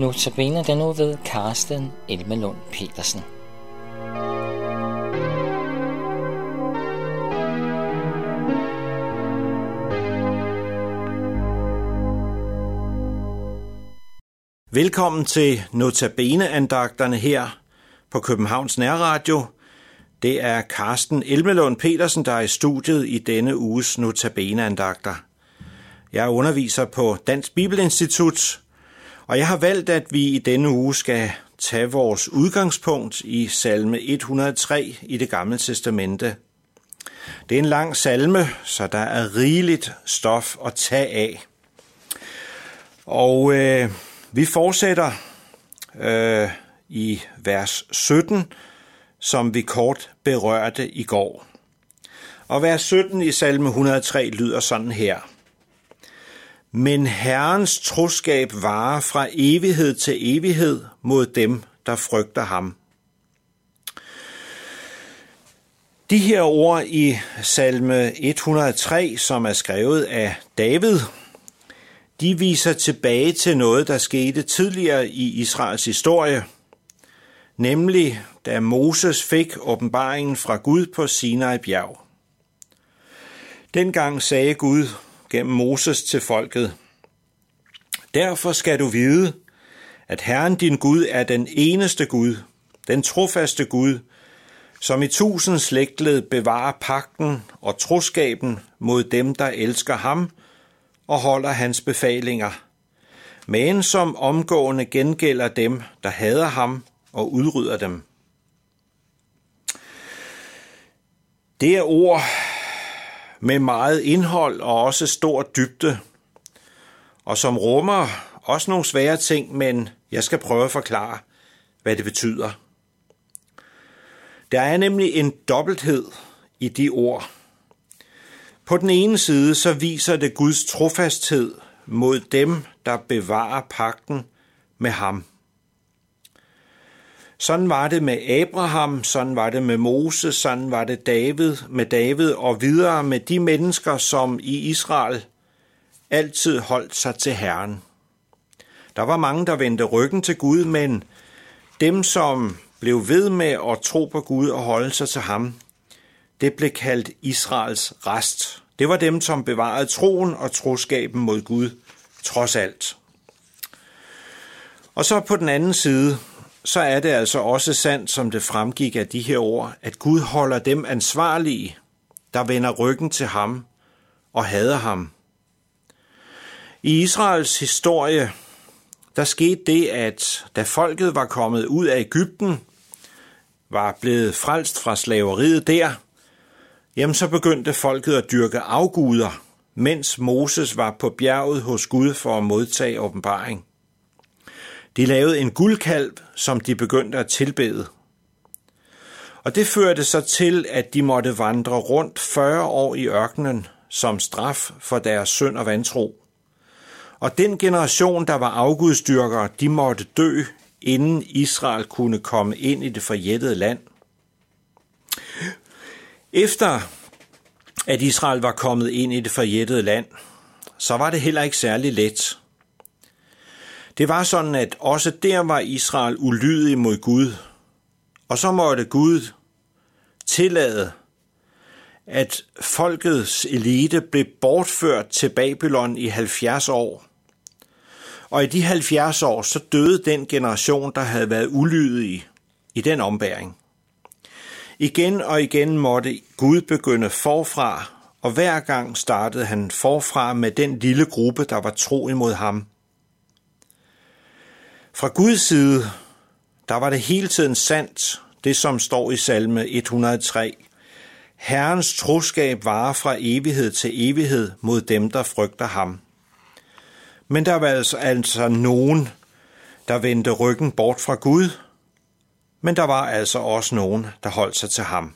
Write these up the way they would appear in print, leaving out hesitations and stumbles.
Notabene den nu ved Carsten Elmelund Petersen. Velkommen til Notabene-andagterne her på Københavns Nærradio. Det er Carsten Elmelund Petersen, der er i studiet i denne uges Notabene-andagter. Jeg er underviser på Dansk Bibelinstitut, og jeg har valgt, at vi i denne uge skal tage vores udgangspunkt i salme 103 i Det Gamle Testamente. Det er en lang salme, så der er rigeligt stof at tage af. Og vi fortsætter i vers 17, som vi kort berørte i går. Og vers 17 i salme 103 lyder sådan her. Men Herrens troskab varer fra evighed til evighed mod dem, der frygter ham. De her ord i salme 103, som er skrevet af David, de viser tilbage til noget, der skete tidligere i Israels historie, nemlig da Moses fik åbenbaringen fra Gud på Sinai bjerg. Dengang sagde Gud gennem Moses til folket: Derfor skal du vide, at Herren din Gud er den eneste Gud, den trofaste Gud, som i 1000 slægtled bevarer pagten og troskaben mod dem, der elsker ham og holder hans befalinger, men som omgående gengælder dem, der hader ham og udrydder dem. Det er ord med meget indhold og også stor dybde, og som rummer også nogle svære ting, men jeg skal prøve at forklare, hvad det betyder. Der er nemlig en dobbelthed i de ord. På den ene side så viser det Guds trofasthed mod dem, der bevarer pagten med ham. Sådan var det med Abraham, sådan var det med Moses, sådan var det med David og videre med de mennesker, som i Israel altid holdt sig til Herren. Der var mange, der vendte ryggen til Gud, men dem, som blev ved med at tro på Gud og holde sig til ham, det blev kaldt Israels rest. Det var dem, som bevarede troen og troskaben mod Gud, trods alt. Og så på den anden side, så er det altså også sandt, som det fremgik af de her ord, at Gud holder dem ansvarlige, der vender ryggen til ham og hader ham. I Israels historie, der skete det, at da folket var kommet ud af Egypten, var blevet frelst fra slaveriet der, jamen så begyndte folket at dyrke afguder, mens Moses var på bjerget hos Gud for at modtage åbenbaring. De lavede en guldkalv, som de begyndte at tilbede. Og det førte så til, at de måtte vandre rundt 40 år i ørkenen som straf for deres synd og vantro. Og den generation, der var afgudsdyrkere, de måtte dø, inden Israel kunne komme ind i det forjættede land. Efter at Israel var kommet ind i det forjættede land, så var det heller ikke særlig let. Det var sådan, at også der var Israel ulydig mod Gud, og så måtte Gud tillade, at folkets elite blev bortført til Babylon i 70 år. Og i de 70 år, så døde den generation, der havde været ulydig i den ombæring. Igen og igen måtte Gud begynde forfra, og hver gang startede han forfra med den lille gruppe, der var tro imod ham. Fra Guds side, der var det hele tiden sandt, det som står i salme 103. Herrens troskab varer fra evighed til evighed mod dem, der frygter ham. Men der var altså nogen, der vendte ryggen bort fra Gud, men der var altså også nogen, der holdt sig til ham.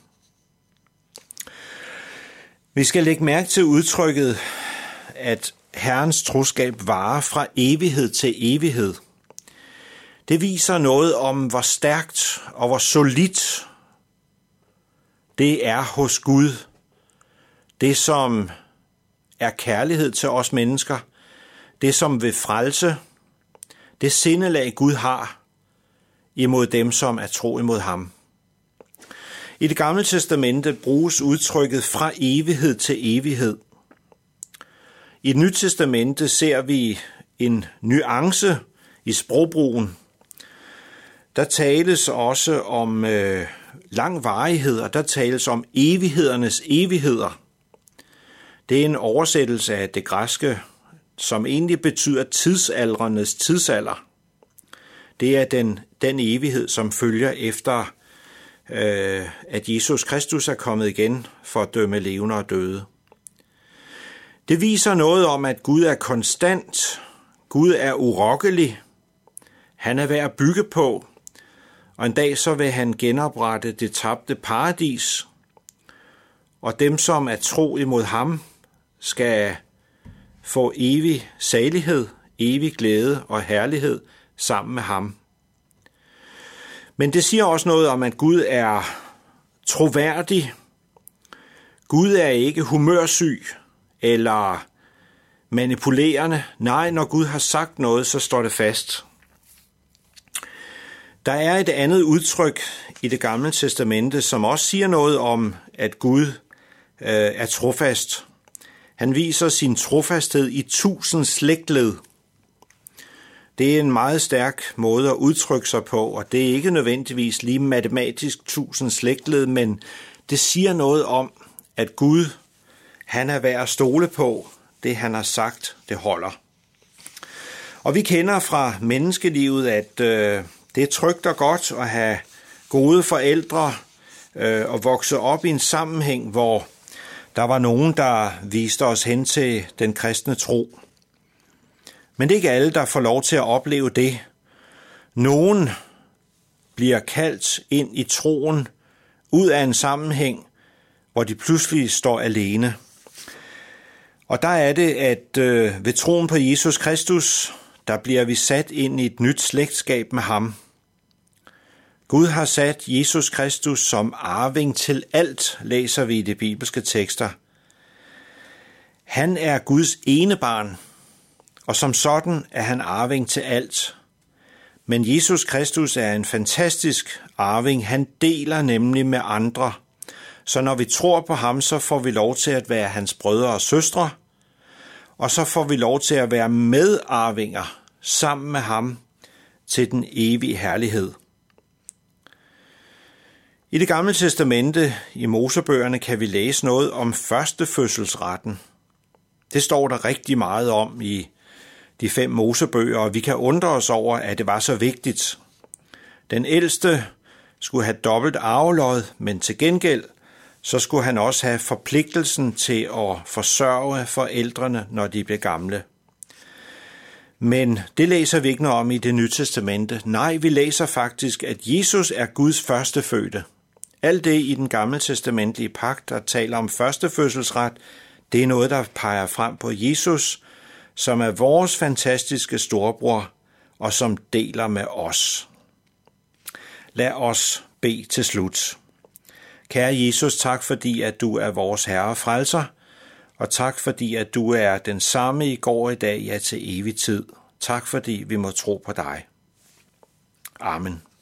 Vi skal lægge mærke til udtrykket, at Herrens troskab varer fra evighed til evighed. Det viser noget om, hvor stærkt og hvor solidt det er hos Gud. Det, som er kærlighed til os mennesker, det som vil frelse, det sindelag Gud har imod dem, som er tro imod ham. I det gamle testamente bruges udtrykket fra evighed til evighed. I det nye testamente ser vi en nuance i sprogbrugen. Der tales også om lang varighed, og der tales om evighedernes evigheder. Det er en oversættelse af det græske, som egentlig betyder tidsaldrenes tidsalder. Det er den evighed, som følger efter, at Jesus Kristus er kommet igen for at dømme levende og døde. Det viser noget om, at Gud er konstant, Gud er urokkelig, han er værd at bygge på, og en dag så vil han genoprette det tabte paradis, og dem, som er tro imod ham, skal få evig salighed, evig glæde og herlighed sammen med ham. Men det siger også noget om, at Gud er troværdig. Gud er ikke humørsyg eller manipulerende. Nej, når Gud har sagt noget, så står det fast. Der er et andet udtryk i det gamle testamente, som også siger noget om, at Gud er trofast. Han viser sin trofasthed i 1000 slægtled. Det er en meget stærk måde at udtrykke sig på, og det er ikke nødvendigvis lige matematisk 1000 slægtled, men det siger noget om, at Gud, han er værd at stole på. Det han har sagt, det holder. Og vi kender fra menneskelivet, at det er trygt og godt at have gode forældre og vokse op i en sammenhæng, hvor der var nogen, der viste os hen til den kristne tro. Men det er ikke alle, der får lov til at opleve det. Nogen bliver kaldt ind i troen ud af en sammenhæng, hvor de pludselig står alene. Og der er det, at ved troen på Jesus Kristus, der bliver vi sat ind i et nyt slægtskab med ham. Gud har sat Jesus Kristus som arving til alt, læser vi i de bibelske tekster. Han er Guds enebarn, og som sådan er han arving til alt. Men Jesus Kristus er en fantastisk arving. Han deler nemlig med andre. Så når vi tror på ham, så får vi lov til at være hans brødre og søstre, og så får vi lov til at være medarvinger sammen med ham til den evige herlighed. I det gamle testamente, i Mosebøgerne, kan vi læse noget om førstefødselsretten. Det står der rigtig meget om i de 5 Mosebøger, og vi kan undre os over, at det var så vigtigt. Den ældste skulle have dobbelt arvelod, men til gengæld så skulle han også have forpligtelsen til at forsørge forældrene, når de blev gamle. Men det læser vi ikke noget om i det nye testamente. Nej, vi læser faktisk, at Jesus er Guds førstefødte. Alt det i den gamle testamentlige pagt, der taler om førstefødselsret, det er noget, der peger frem på Jesus, som er vores fantastiske storebror, og som deler med os. Lad os bede til slut. Kære Jesus, tak fordi, at du er vores Herre og Frelser, og tak fordi, at du er den samme i går, i dag, ja til evig tid. Tak fordi vi må tro på dig. Amen.